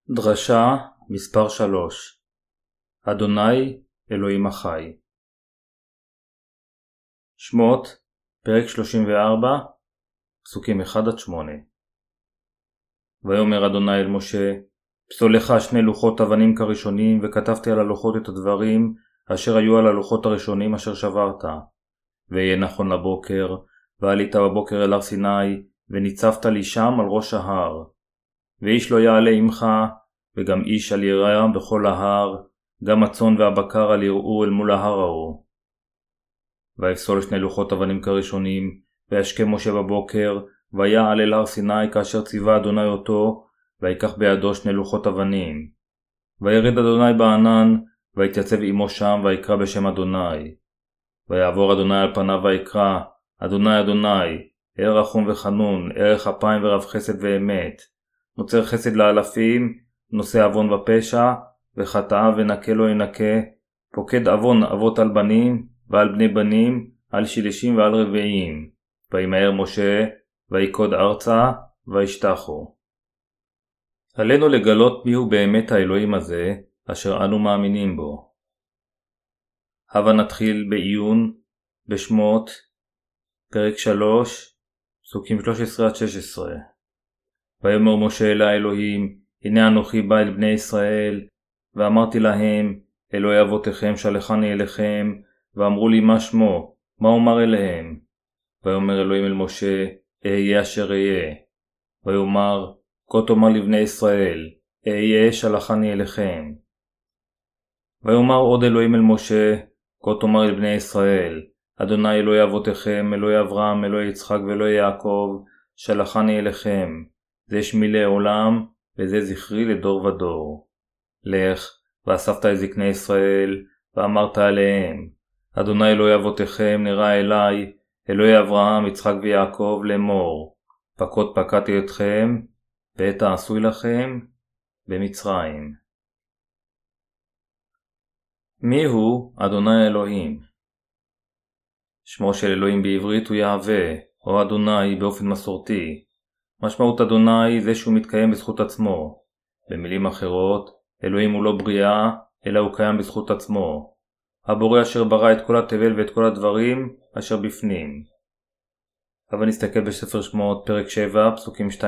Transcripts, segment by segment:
דרשה מספר 3 אדוני אלוהים החי. שמות פרק 34 פסוקים 1-8. ויאמר אדוני אל משה, פסול לך 2 לוחות אבנים כראשונים, וכתבתי על הלוחות את הדברים אשר היו על הלוחות הראשונים אשר שברת. ויהיה נכון לבוקר, ועלית בבוקר אל הר סיני, וניצבת לי שם על ראש ההר. ואיש לא יעלה עמך, וגם איש אל יראה בכל ההר, גם הצאן והבקר אל יראו אל מול ההר ההוא. ויפסול 2 לוחות אבנים כראשונים, וישכם משה בבוקר, ויעל אל הר סיני כאשר ציווה אדוני אותו, ויקח בידו 2 לוחות אבנים. וירד אדוני בענן, ויתייצב עמו שם, ויקרא בשם אדוני. ויעבור אדוני על פניו ויקרא, אדוני אדוני, אל רחום וחנון, ערך אפיים ורב חסד ואמת, נוצר חסד לאלפים, נושא עוון ופשע, וחטאה ונקה לא ינקה, פוקד עוון אבות על בנים, ועל בני בנים, על שלישים ועל רביעים. וימהר משה, ויקוד ארצה, וישתחו. עלינו לגלות מיהו באמת האלוהים הזה, אשר אנו מאמינים בו. הבה נתחיל בעיון בשמות, פרק 3, פסוקים 13-16. ויאמר משה אל האלוהים, הנה אנוכי בא אל בני ישראל, ואמרתי להם, אלוהי אבותיכם שלחני אליכם, ואמרו לי מה שמו, מה אומר אליהם? ויאמר אלוהים אל משה, אהיה אשר אהיה. ויאמר, כה תאמר לבני ישראל, אהיה שלחני אליכם. ויאמר עוד אלוהים אל משה, כה תאמר אל בני ישראל, אדוני אלוהי אבותיכם, אלוהי אברהם, אלוהי יצחק ואלוהי יעקב, שלחני אליכם. זה שמי לעולם, וזה זכרי לדור ודור. לך, ואספת את זקני ישראל, ואמרת עליהם, אדוני אלוהי אבותיכם נראה אליי, אלוהי אברהם, יצחק ויעקב, לאמור, פקוד פקדתי אתכם, ואת העשוי לכם במצרים. מי הוא אדוני אלוהים? שמו של אלוהים בעברית הוא יהווה, או אדוני באופן מסורתי. משמעות אדוני זה שהוא מתקיים בזכות עצמו. במילים אחרות, אלוהים הוא לא בריאה, אלא הוא קיים בזכות עצמו. הבורא אשר ברא את כל התבל ואת כל הדברים אשר בפנים. אבל נסתכל בספר שמות פרק 7 פסוקים 2-6.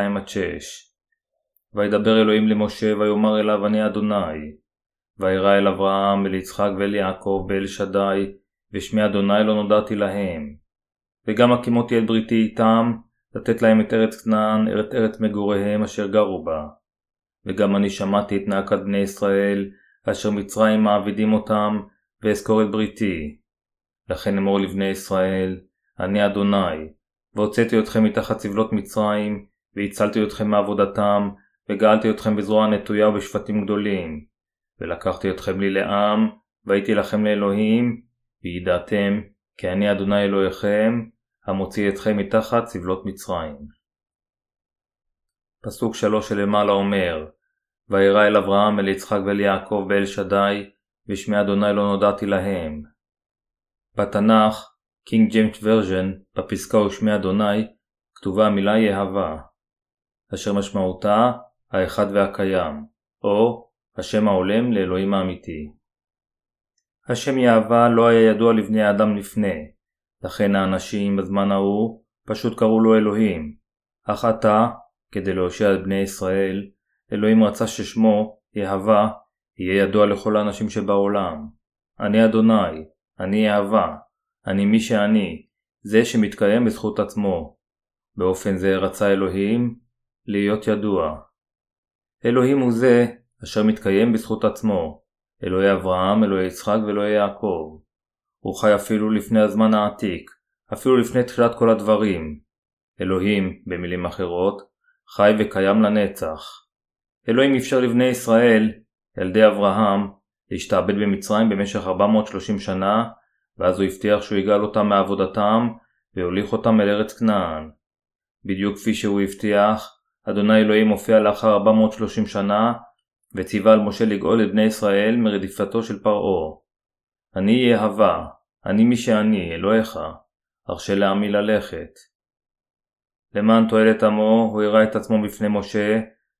וידבר אלוהים למשה ויאמר אליו אני אדוני. וירא אל אברהם אל יצחק ואל יעקב ואל שדי, ושמי אדוני לא נודעתי להם. וגם הקימותי את בריתי איתם, לתת להם את ארץ כנען, את ארץ מגוריהם אשר גרו בה. וגם אני שמעתי את נאקת בני ישראל, אשר מצרים מעבידים אותם, ואזכור את בריתי. לכן אמור לבני ישראל, אני אדוני, והוצאתי אתכם מתחת סבלות מצרים, והצלתי אתכם מעבודתם, וגאלתי אתכם בזרוע נטויה ובשפטים גדולים. ולקחתי אתכם לי לעם, והייתי לכם לאלוהים, וידעתם, כי אני אדוני אלוהיכם, המוציא אתכם מתחת סבלות מצרים. פסוק 3 שלמעלה אומר, וירא אל אברהם אל יצחק ואל יעקב ואל שדי, ושמי אדוני לא נודעתי להם. בתנ"ך, קינג ג'יימס ורז'ן, בפסקה ושמי אדוני, כתובה המילה יהווה, אשר משמעותה האחד והקיים, או השם העולם לאלוהים האמיתי. השם יהווה לא היה ידוע לבני האדם לפני, לכן האנשים בזמן ההוא פשוט קראו לו אלוהים. אך עתה, כדי להושיע את בני ישראל, אלוהים רצה ששמו, יהווה, יהיה ידוע לכל האנשים שבעולם. אני אדוני, אני יהווה, אני מי שאני, זה שמתקיים בזכות עצמו. באופן זה רצה אלוהים להיות ידוע. אלוהים הוא זה אשר מתקיים בזכות עצמו, אלוהי אברהם, אלוהי יצחק ואלוהי יעקב. הוא חי אפילו לפני הזמן העתיק, אפילו לפני תחילת כל הדברים. אלוהים, במילים אחרות, חי וקיים לנצח. אלוהים אפשר לבני ישראל, ילדי אברהם, להשתעבד במצרים במשך 430 שנה, ואז הוא הבטיח שהוא יגאל אותם מעבודתם, ויוליך אותם אל ארץ כנען. בדיוק כפי שהוא הבטיח, אדוני אלוהים הופיע לאחר 430 שנה, וציווה על משה לגאול את בני ישראל מרדיפתו של פרעה. אני יהווה, אני מי שאני, אלוהיך, הרשה לעמי ללכת. למען תועלת עמו, הוא הראה את עצמו בפני משה,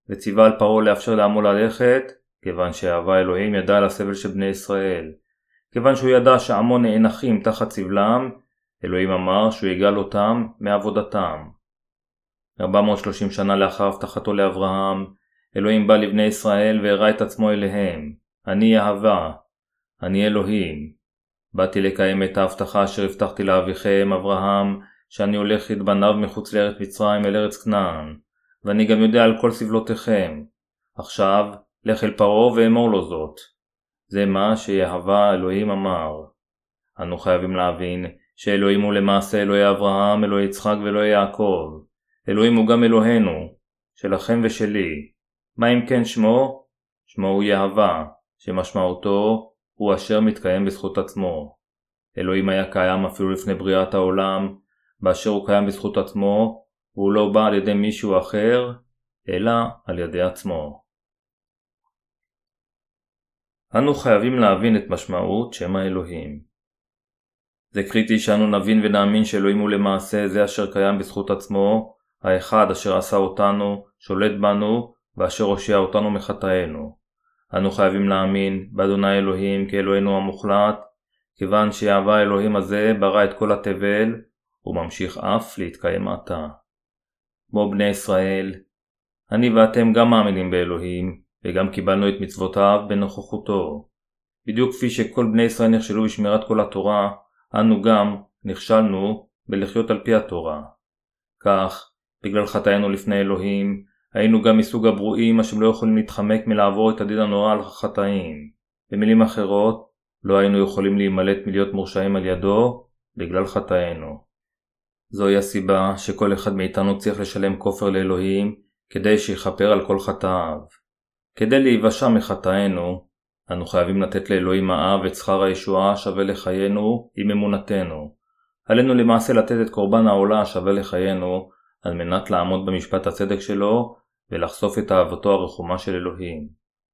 וציווה על פרעה לאפשר לעמו ללכת, כיוון שאהבה אלוהים ידע על הסבל של בני ישראל. כיוון שהוא ידע שעמו נאנחים תחת סבלם, אלוהים אמר שהוא יגאל אותם מעבודתם. 430 שנה לאחר הבטחתו לאברהם, אלוהים בא לבני ישראל והראה את עצמו אליהם. אני אהבה, אני אלוהים. באתי לקיים את ההבטחה אשר הבטחתי לאביכם אברהם, שאני הולך את בניו מחוץ לארץ מצרים אל ארץ כנען, ואני גם יודע על כל סבלותיכם. עכשיו לך אל פרעה ואמור לו זאת. זה מה שיהווה אלוהים אמר. אנו חייבים להבין שאלוהים הוא למעשה אלוהי אברהם, אלוהי יצחק ואלוהי יעקב. אלוהים הוא גם אלוהינו, שלכם ושלי. מה אם כן שמו? שמו הוא יהווה, שמשמעותו הוא אשר מתקיים בזכות עצמו. אלוהים היה קיים אפילו לפני בריאת העולם, באשר הוא קיים בזכות עצמו, והוא לא בא על ידי מישהו אחר, אלא על ידי עצמו. אנו חייבים להבין את משמעות שם האלוהים. זה קריטי שאנו נבין ונאמין שאלוהים הוא למעשה זה אשר קיים בזכות עצמו, האחד אשר עשה אותנו, שולט בנו, ואשר הושיע אותנו מחטאינו. אנו חייבים להאמין באדוני אלוהים כאלוהינו המוחלט, כיוון שיהווה האלוהים הזה ברא את כל התבל, וממשיך אף להתקיים עתה. כמו בני ישראל, אני ואתם גם מאמינים באלוהים, וגם קיבלנו את מצוותיו בנוכחותו. בדיוק כפי שכל בני ישראל נכשלו בשמירת כל התורה, אנו גם נכשלנו בלחיות על פי התורה. כך, בגלל חטאינו לפני אלוהים, היינו גם מסוג הברואים אשר לא יכולים להתחמק מלעבור את הדין הנורא על החטאים. במילים אחרות, לא היינו יכולים להימלט מלהיות מורשעים על ידו בגלל חטאינו. זוהי הסיבה שכל אחד מאיתנו צריך לשלם כופר לאלוהים כדי שיכפר על כל חטאיו. כדי להיוושע מחטאינו, אנו חייבים לתת לאלוהים האב את שכר הישועה השווה לחיינו עם אמונתנו. עלינו למעשה לתת את קורבן העולה השווה לחיינו על מנת לעמוד במשפט הצדק שלו ולחשוף את אהבתו הרחומה של אלוהים.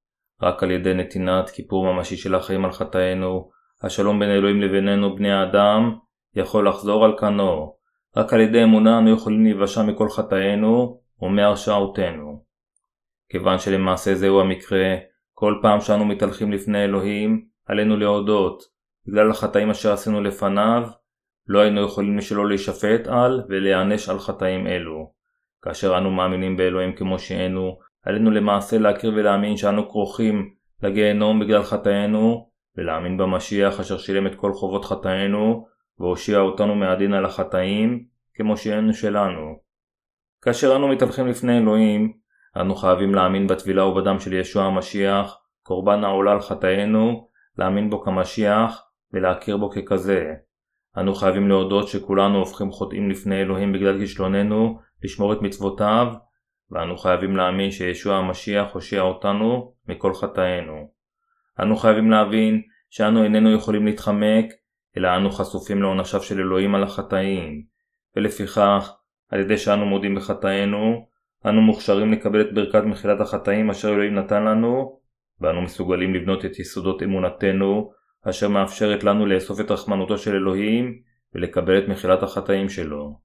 רק על ידי נתינת כיפור ממשי של החיים על חטאינו, השלום בין אלוהים לבינינו בני האדם יכול לחזור על כנו. רק על ידי אמונה אנו יכולים להיוושע מכל חטאינו ומהרשעותינו. כיוון שלמעשה זהו המקרה, כל פעם שאנו מתהלכים לפני אלוהים, עלינו להודות. בגלל החטאים אשר עשינו לפניו, לא היינו יכולים שלא להישפט על ולהיענש על חטאים אלו. כאשר אנו מאמינים באלוהים כמו שאנו, עלינו למעשה להכיר ולהאמין שאנו כרוכים לגיהנום בגלל חטאינו, ולהאמין במשיח אשר שילם את כל חובות חטאינו, והושיע אותנו מהדין על החטאים כמו שאנו שלנו. כאשר אנו מתהלכים לפני אלוהים, אנו חייבים להאמין בטבילה ובדם של ישוע המשיח, קורבן העולה על חטאינו, להאמין בו כמשיח ולהכיר בו ככזה. אנו חייבים להודות שכולנו הופכים חוטאים לפני אלוהים בגלל כישלוננו לשמור את מצוותיו, ואנו חייבים להאמין שישוע המשיח הושיע אותנו מכל חטאינו. אנו חייבים להבין שאנו איננו יכולים להתחמק, אלא אנו חשופים לעונשיו של אלוהים על החטאים, ולפיכך, על ידי שאנו מודים בחטאינו, אנו מוכשרים לקבל את ברכת מחילת החטאים אשר אלוהים נתן לנו, ואנו מסוגלים לבנות את יסודות אמונתנו, אשר מאפשרת לנו לאסוף את רחמנותו של אלוהים ולקבל את מחילת החטאים שלו.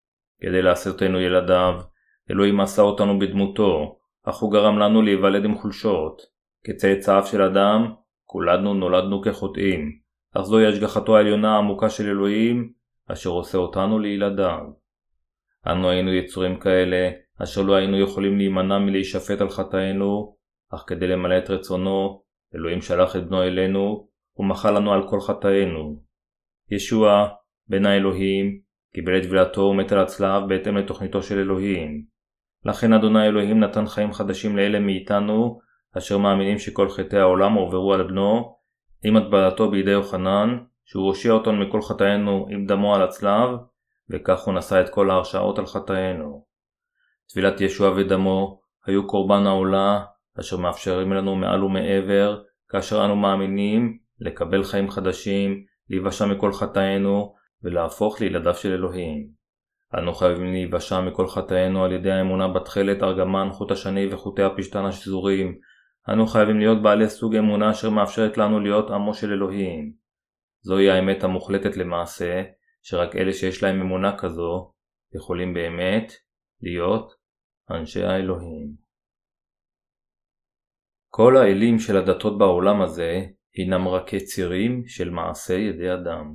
כדי לעשותנו ילדיו, אלוהים עשה אותנו בדמותו, אך הוא גרם לנו להיוולד עם חולשות. כצאצאיו של אדם, כולנו נולדנו כחוטאים, אך זוהי השגחתו העליונה העמוקה של אלוהים, אשר עושה אותנו לילדיו. אנו היינו יצורים כאלה, אשר לא היינו יכולים להימנע מלהישפט על חטאינו, אך כדי למלא את רצונו, אלוהים שלח את בנו אלינו, ומחל לנו על כל חטאינו. ישוע, בן האלוהים, קיבל את טבילתו ומת על הצלב בהתאם לתוכניתו של אלוהים. לכן אדוני אלוהים נתן חיים חדשים לאלה מאיתנו, אשר מאמינים שכל חטאי העולם עוברו על בנו, עם הטבלתו בידי יוחנן, שהוא הושיע אותנו מכל חטאינו עם דמו על הצלב, וכך הוא נשא את כל ההרשעות על חטאינו. טבילת ישוע ודמו היו קורבן העולה, אשר מאפשרים לנו מעל ומעבר, כאשר אנו מאמינים לקבל חיים חדשים, להיוושע מכל חטאינו ולהפוך לילדיו של אלוהים. אנו חייבים להיוושע מכל חטאינו על ידי האמונה בתכלת, ארגמן, חוט השני וחוטי הפשתן השזורים. אנו חייבים להיות בעלי סוג אמונה אשר מאפשרת לנו להיות עמו של אלוהים. זוהי האמת המוחלטת למעשה, שרק אלה שיש להם אמונה כזו יכולים באמת להיות אנשי האלוהים. כל האלים של הדתות בעולם הזה הינם רק יצירים של מעשה ידי אדם.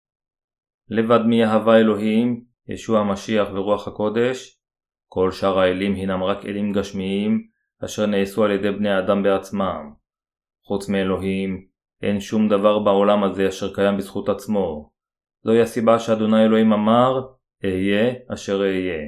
לבד מאהבה אלוהים, ישוע המשיח ורוח הקודש, כל שאר האלים הינם רק אלים גשמיים אשר נעשו על ידי בני האדם בעצמם. חוץ מאלוהים, אין שום דבר בעולם הזה אשר קיים בזכות עצמו. זוהי הסיבה שאדוני אלוהים אמר, אהיה אשר אהיה.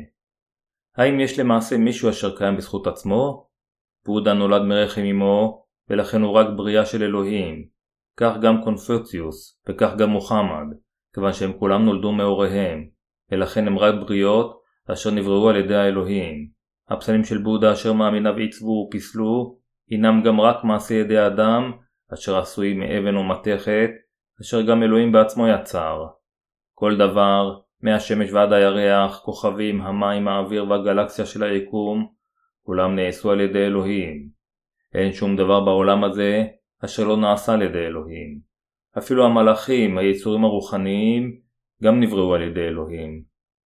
האם יש למעשה מישהו אשר קיים בזכות עצמו? בודה נולד מרחם אמו, ולכן הוא רק בריאה של אלוהים. כך גם קונפוציוס, וכך גם מוחמד, כיוון שהם כולם נולדו מהוריהם, ולכן הם רק בריאות אשר נבראו על ידי האלוהים. הפסלים של בודה אשר מאמיניו עיצבו ופיסלו, הינם גם רק מעשה ידי האדם, אשר עשויים מאבן ומתכת, אשר גם אלוהים בעצמו יצר. כל דבר, מהשמש ועד הירח, כוכבים, המים, האוויר והגלקסיה של היקום, כולם נעשו על ידי אלוהים. אין שום דבר בעולם הזה אשר לא נעשה על ידי אלוהים. אפילו המלאכים, היצורים הרוחניים, גם נבראו על ידי אלוהים.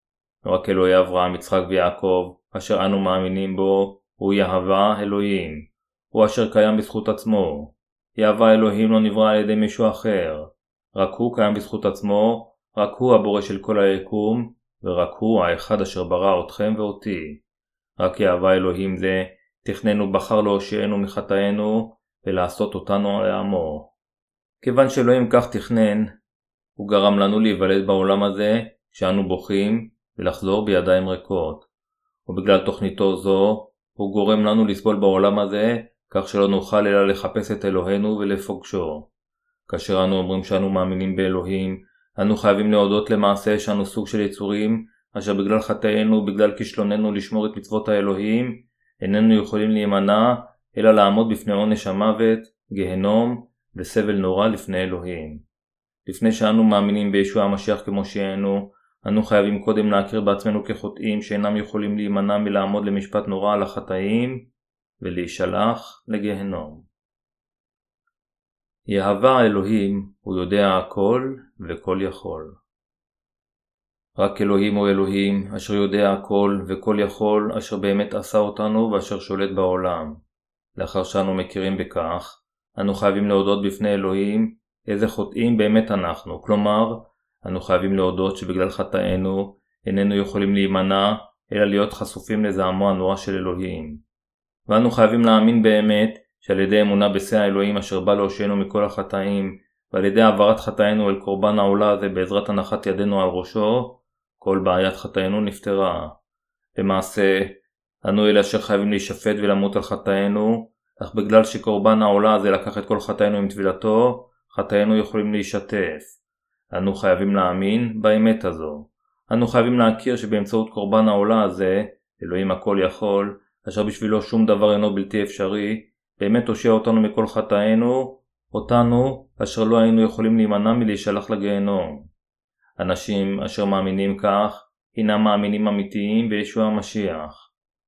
רק אלוהי אברהם, יצחק ויעקב, אשר אנו מאמינים בו, הוא יהווה אלוהים. הוא אשר קיים בזכות עצמו. יהווה אלוהים לא נברא על ידי מישהו אחר. רק הוא קיים בזכות עצמו, רק הוא הבורא של כל היקום, ורק הוא האחד אשר ברא אתכם ואותי. רק יהווה אלוהים זה, תכנן ובחר להושיענו מחטאינו, ולעשות אותנו לעמו. כיוון שאלוהים כך תכנן, הוא גרם לנו להיוולד בעולם הזה, כשאנו בוכים, ולחזור בידיים ריקות. ובגלל תוכניתו זו, הוא גורם לנו לסבול בעולם הזה, כך שלא נוכל אלא לחפש את אלוהינו ולפוגשו. כאשר אנו אומרים שאנו מאמינים באלוהים, אנו חייבים להודות למעשה שאנו סוג של יצורים, אשר בגלל חטאינו ובגלל כישלוננו לשמור את מצוות האלוהים, איננו יכולים להימנע, אלא לעמוד בפני עונש המוות, גהנום וסבל נורא לפני אלוהים. לפני שאנו מאמינים בישוע המשיח כמושיענו, אנו חייבים קודם להכיר בעצמנו כחוטאים שאינם יכולים להימנע מלעמוד למשפט נורא על החטאים, ולהישלח לגהנום. יהווה האלוהים, הוא יודע הכל וכל יכול. רק אלוהים הוא אלוהים, אשר יודע הכל וכל יכול, אשר באמת עשה אותנו ואשר שולט בעולם. לאחר שאנו מכירים בכך, אנו חייבים להודות בפני אלוהים איזה חוטאים באמת אנחנו, כלומר, אנו חייבים להודות שבגלל חטאינו איננו יכולים להימנע, אלא להיות חשופים לזעמו הנורא של אלוהים. ואנו חייבים להאמין באמת שעל ידי אמונה בשא האלוהים אשר בא להושיענו מכל החטאים, ועל ידי העברת חטאינו אל קורבן העולה הזה בעזרת הנחת ידינו על ראשו, כל בעיית חטאינו נפטרה. למעשה, אנו אלה אשר חייבים להישפט ולמות על חטאינו, אך בגלל שקורבן העולה הזה לקח את כל חטאינו עם טבילתו, חטאינו יכולים להישטף. אנו חייבים להאמין באמת הזו. אנו חייבים להכיר שבאמצעות קורבן העולה הזה, אלוהים הכל יכול, אשר בשבילו שום דבר אינו בלתי אפשרי, באמת הושיע אותנו מכל חטאינו, אותנו אשר לא היינו יכולים להימנע מלהישלח לגיהנום. אנשים אשר מאמינים כך, הינם מאמינים אמיתיים בישוע המשיח.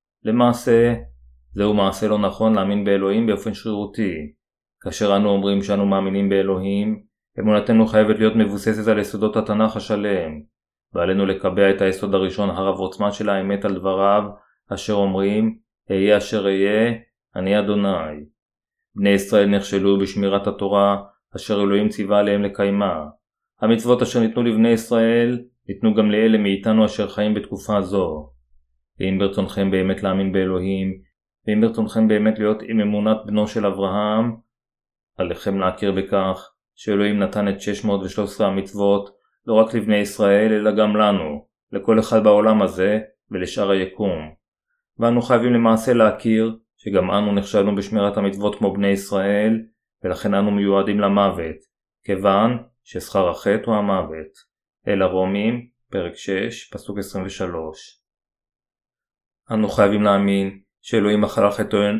למעשה, זהו מעשה לא נכון להאמין באלוהים באופן שרירותי. כאשר אנו אומרים שאנו מאמינים באלוהים, אמונתנו חייבת להיות מבוססת על יסודות התנ"ך השלם, ועלינו לקבע את היסוד הראשון הרב עוצמה של האמת על דבריו, אשר אומרים, אהיה אשר אהיה, אני אדוני. בני ישראל נכשלו בשמירת התורה, אשר אלוהים ציווה עליהם לקיימה. המצוות אשר ניתנו לבני ישראל, ניתנו גם לאלה מאיתנו אשר חיים בתקופה זו. ואם ברצונכם באמת להאמין באלוהים, ואם ברצונכם באמת להיות עם אמונת בנו של אברהם, עליכם להכיר בכך שאלוהים נתן את 613 המצוות לא רק לבני ישראל אלא גם לנו, לכל אחד בעולם הזה ולשאר היקום. ואנו חייבים למעשה להכיר שגם אנו נכשלנו בשמירת המצוות כמו בני ישראל, ולכן אנו מיועדים למוות, כיוון ששכר החטא הוא המוות. אל הרומים, פרק 6, פסוק 23. אנו חייבים להאמין שאלוהים מחל על חטאינו.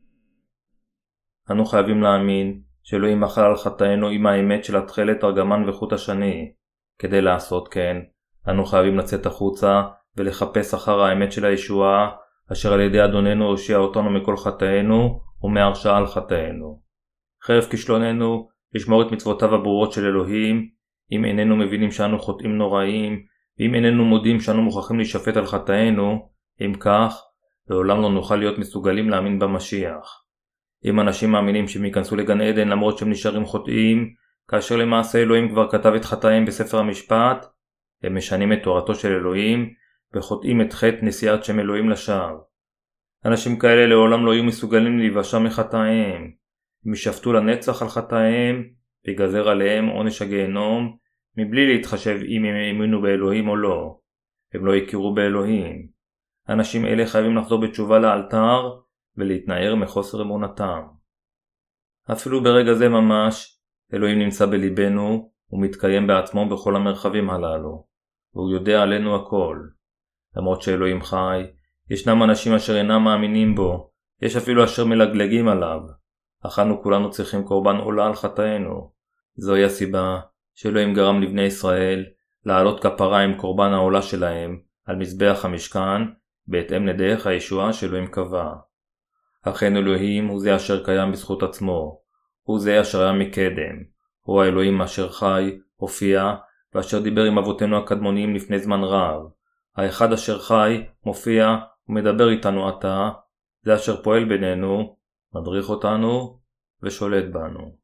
אנו חייבים להאמין שאלוהים מחל על חטאינו עם האמת של התכלת, ארגמן וחוט השני. כדי לעשות כן, אנו חייבים לצאת החוצה ולחפש אחר האמת של הישועה, אשר על ידי אדוננו הושיע אותנו מכל חטאינו ומהרשעה על חטאינו. חרף כישלוננו לשמור את מצוותיו הברורות של אלוהים, אם איננו מבינים שאנו חוטאים נוראים, ואם איננו מודים שאנו מוכרחים להישפט על חטאינו, אם כך, לעולם לא נוכל להיות מסוגלים להאמין במשיח. אם אנשים מאמינים שהם ייכנסו לגן עדן למרות שהם נשארים חוטאים, כאשר למעשה אלוהים כבר כתב את חטאים בספר המשפט, הם משנים את תורתו של אלוהים וחוטאים את חטא נשיאת שם אלוהים לשווא. אנשים כאלה לעולם לא יהיו מסוגלים להיוושע מחטאיהם. הם ישפטו לנצח על חטאיהם ויגזר עליהם עונש הגיהנום מבלי להתחשב אם הם האמינו באלוהים או לא. הם לא יכירו באלוהים. אנשים אלה חייבים לחזור בתשובה לאלתר ולהתנער מחוסר אמונתם. אפילו ברגע זה ממש, אלוהים נמצא בליבנו ומתקיים בעצמו בכל המרחבים הללו, והוא יודע עלינו הכל. למרות שאלוהים חי, ישנם אנשים אשר אינם מאמינים בו, יש אפילו אשר מלגלגים עליו, אך אנו כולנו צריכים קורבן עולה על חטאינו. זוהי הסיבה שאלוהים גרם לבני ישראל לעלות כפרה עם קורבן העולה שלהם על מזבח המשכן, בהתאם לדרך הישועה שאלוהים קבע. אכן אלוהים הוא זה אשר קיים בזכות עצמו, הוא זה אשר היה מקדם, הוא האלוהים אשר חי, הופיע, ואשר דיבר עם אבותינו הקדמוניים לפני זמן רב. האחד אשר חי, מופיע ומדבר איתנו עתה, זה אשר פועל בינינו, מדריך אותנו ושולט בנו.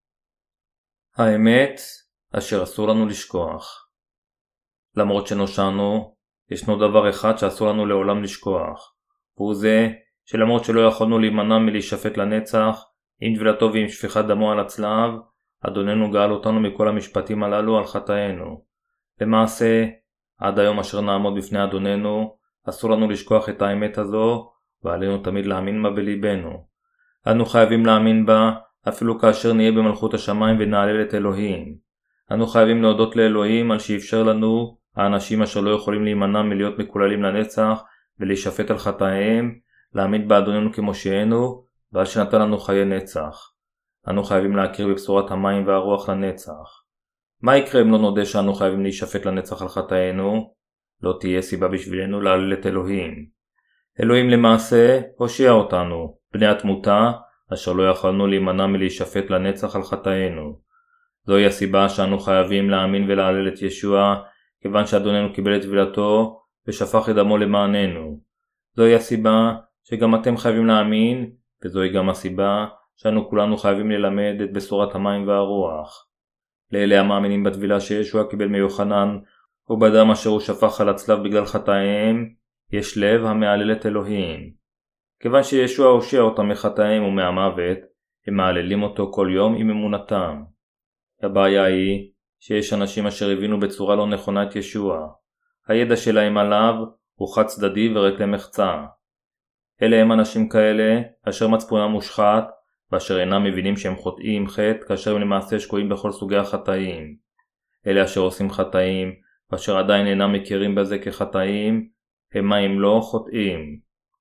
האמת אשר אסור לנו לשכוח. למרות שנושענו, ישנו דבר אחד שאסור לנו לעולם לשכוח, והוא זה שלמרות שלא יכולנו להימנע מלהישפט לנצח, עם טבילתו ועם שפיכת דמו על הצלב, אדוננו גאל אותנו מכל המשפטים הללו על חטאינו. למעשה, עד היום אשר נעמוד בפני אדוננו, אסור לנו לשכוח את האמת הזו, ועלינו תמיד להאמין בה בליבנו. אנו חייבים להאמין בה, אפילו כאשר נהיה במלכות השמיים ונעלל את אלוהים. אנו חייבים להודות לאלוהים על שאפשר לנו, האנשים אשר לא יכולים להימנע מלהיות מקוללים לנצח ולהישפט על חטאיהם, להאמין באדוננו כמושיענו, ועל שנתן לנו חיי נצח. אנו חייבים להכיר בבשורת המים והרוח לנצח. מה יקרה אם לא נודה שאנו חייבים להישפט לנצח על חטאינו? לא תהיה סיבה בשבילנו להעליל את אלוהים. אלוהים למעשה הושיע אותנו, בני התמותה, אשר לא יכולנו להימנע מלהישפט לנצח על חטאינו. זוהי הסיבה שאנו חייבים להאמין ולהעליל את ישוע, כיוון שאדוננו קיבל את טבילתו ושפך את דמו למעננו. זוהי הסיבה שגם אתם חייבים להאמין, וזוהי גם הסיבה שאנו כולנו חייבים ללמד את בשורת המים והרוח. לאלה המאמינים בטבילה שישוע קיבל מיוחנן, ובדם אשר הוא שפך על הצלב בגלל חטאיהם, יש לב המעלל את אלוהים. כיוון שישוע הושיע אותם מחטאיהם ומהמוות, הם מעללים אותו כל יום עם אמונתם. הבעיה היא שיש אנשים אשר הבינו בצורה לא נכונה את ישוע. הידע שלהם עליו הוא חד צדדי ורק למחצה. אלה הם אנשים כאלה אשר מצפונם מושחת, ואשר אינם מבינים שהם חוטאים חטא כאשר הם למעשה שקועים בכל סוגי החטאים. אלה אשר עושים חטאים, ואשר עדיין אינם מכירים בזה כחטאים, הם אם לא חוטאים.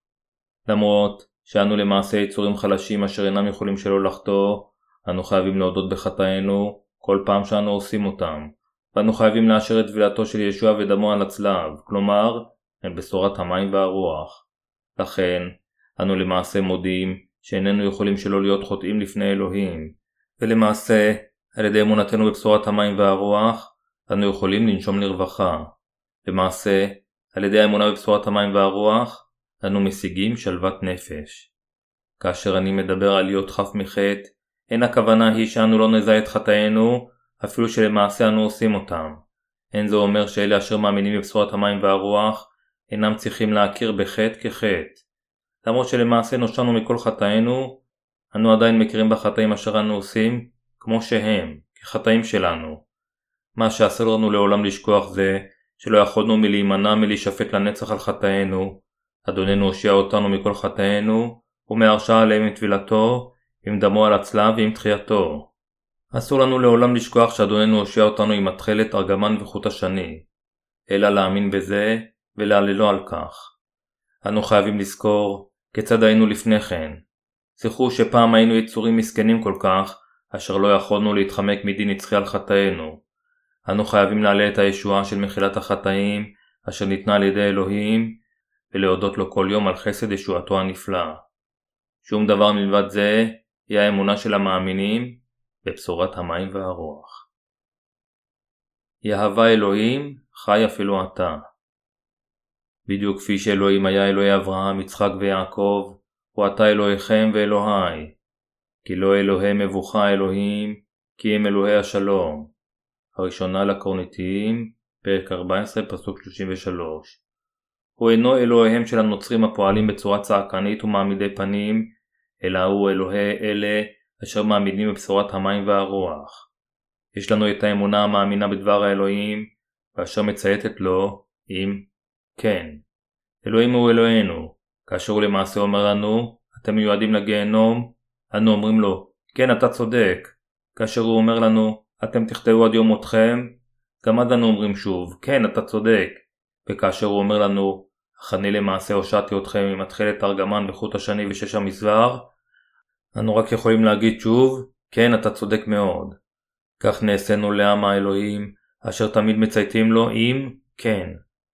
למרות שאנו למעשה יצורים חלשים אשר אינם יכולים שלא לחטוא, אנו חייבים להודות בחטאינו כל פעם שאנו עושים אותם, ואנו חייבים לאשר את טבילתו של ישוע ודמו על הצלב, כלומר, את בשורת המים והרוח. לכן, אנו למעשה מודים שאיננו יכולים שלא להיות חוטאים לפני אלוהים, ולמעשה, על ידי אמונתנו בבשורת המים והרוח, אנו יכולים לנשום לרווחה. למעשה, על ידי האמונה בבשורת המים והרוח, אנו משיגים שלוות נפש. כאשר אני מדבר על להיות חף מחטא, אין הכוונה היא שאנו לא נזהה את חטאינו, אפילו שלמעשה אנו עושים אותם. אין זה אומר שאלה אשר מאמינים בבשורת המים והרוח, אינם צריכים להכיר בחטא כחטא. למרות שלמעשה נושענו מכל חטאינו, אנו עדיין מכירים בחטאים אשר אנו עושים, כמו שהם, כחטאים שלנו. מה שאסור לנו לעולם לשכוח זה, שלא יכולנו מלהימנע מלהישפט לנצח על חטאינו. אדוננו הושיע אותנו מכל חטאינו, ומהרשע עליהם עם טבילתו, עם דמו על הצלב ועם תחייתו. אסור לנו לעולם לשכוח שאדוננו הושיע אותנו עם התחלת, ארגמן וחוט השני, אלא להאמין בזה ולהללו על כך. אנו חייבים לזכור כיצד היינו לפני כן. זכרו שפעם היינו יצורים מסכנים כל כך, אשר לא יכולנו להתחמק מדין נצחי על חטאינו. אנו חייבים להעלה את הישועה של מחילת החטאים, אשר ניתנה על ידי אלוהים, ולהודות לו כל יום על חסד ישועתו הנפלא. שום דבר מלבד זה היא האמונה של המאמינים בבשורת המים והרוח. יהווה אלוהים חי אפילו אתה. בדיוק כפי שאלוהים היה אלוהי אברהם, יצחק ויעקב, הוא אתה אלוהיכם ואלוהי. כי לא אלוהי מבוכה אלוהים, כי הם אלוהי השלום. הראשונה לקורינתיים, פרק 14, פסוק 33. הוא אינו אלוהיהם של הנוצרים הפועלים בצורה צעקנית ומעמידי פנים, אלא הוא אלוהי אלה אשר מאמינים בבשורת המים והרוח. יש לנו את האמונה המאמינה בדבר האלוהים, ואשר מצייתת לו עם כן. אלוהים הוא אלוהינו. כאשר הוא למעשה אומר לנו, אתם מיועדים לגיהנום, אנו אומרים לו, כן אתה צודק. כאשר הוא אומר לנו, אתם תחטאו עד יום מותכם, גם אז אנו אומרים שוב, כן אתה צודק. וכאשר הוא אומר לנו, אך אני למעשה הושעתי אתכם עם התכלת ארגמן וחוט השני ושש המסבר, אנו רק יכולים להגיד שוב, כן אתה צודק מאוד. כך נעשינו לעם האלוהים, אשר תמיד מצייתים לו עם כן.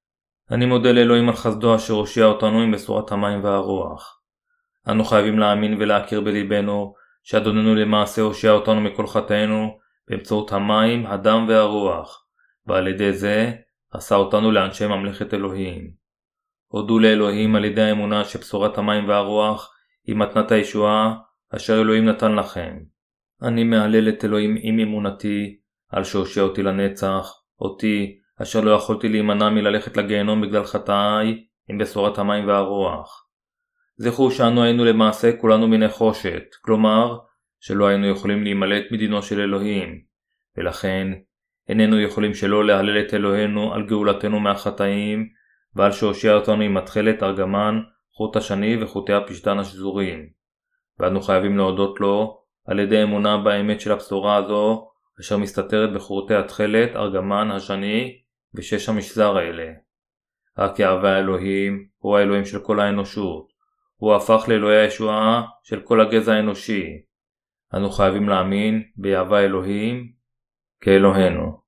אני מודה לאלוהים על חסדו אשר הושיע אותנו עם בשורת המים והרוח. אנו חייבים להאמין ולהכיר בליבנו שאדוננו למעשה הושיע אותנו מכל חטאינו באמצעות המים, הדם והרוח, ועל ידי זה עשה אותנו לאנשי ממלכת אלוהים. הודו לאלוהים על ידי האמונה שבשורת המים והרוח היא מתנת הישועה אשר אלוהים נתן לכם. אני מהלל את אלוהים עם אמונתי על שהושיע אותי לנצח, אותי אשר לא יכולתי להימנע מללכת לגיהנום בגלל חטאי עם בשורת המים והרוח. זכרו שאנו היינו למעשה כולנו מנחושת, כלומר שלא היינו יכולים להימלט מדינו של אלוהים, ולכן איננו יכולים שלא להלל את אלוהינו על גאולתנו מהחטאים ועל שהושיע אותנו עם התכלת ארגמן, חוט השני וחוטי הפשתן השזורים. ואנו חייבים להודות לו על ידי אמונה באמת של הבשורה הזו אשר מסתתרת בחוטי התכלת, ארגמן, השני ושש המשזר האלה. רק יהווה האלוהים הוא האלוהים של כל האנושות. הוא הפך לאלוהי הישועה של כל הגזע האנושי. אנו חייבים להאמין ביהווה אלוהים כאלוהינו.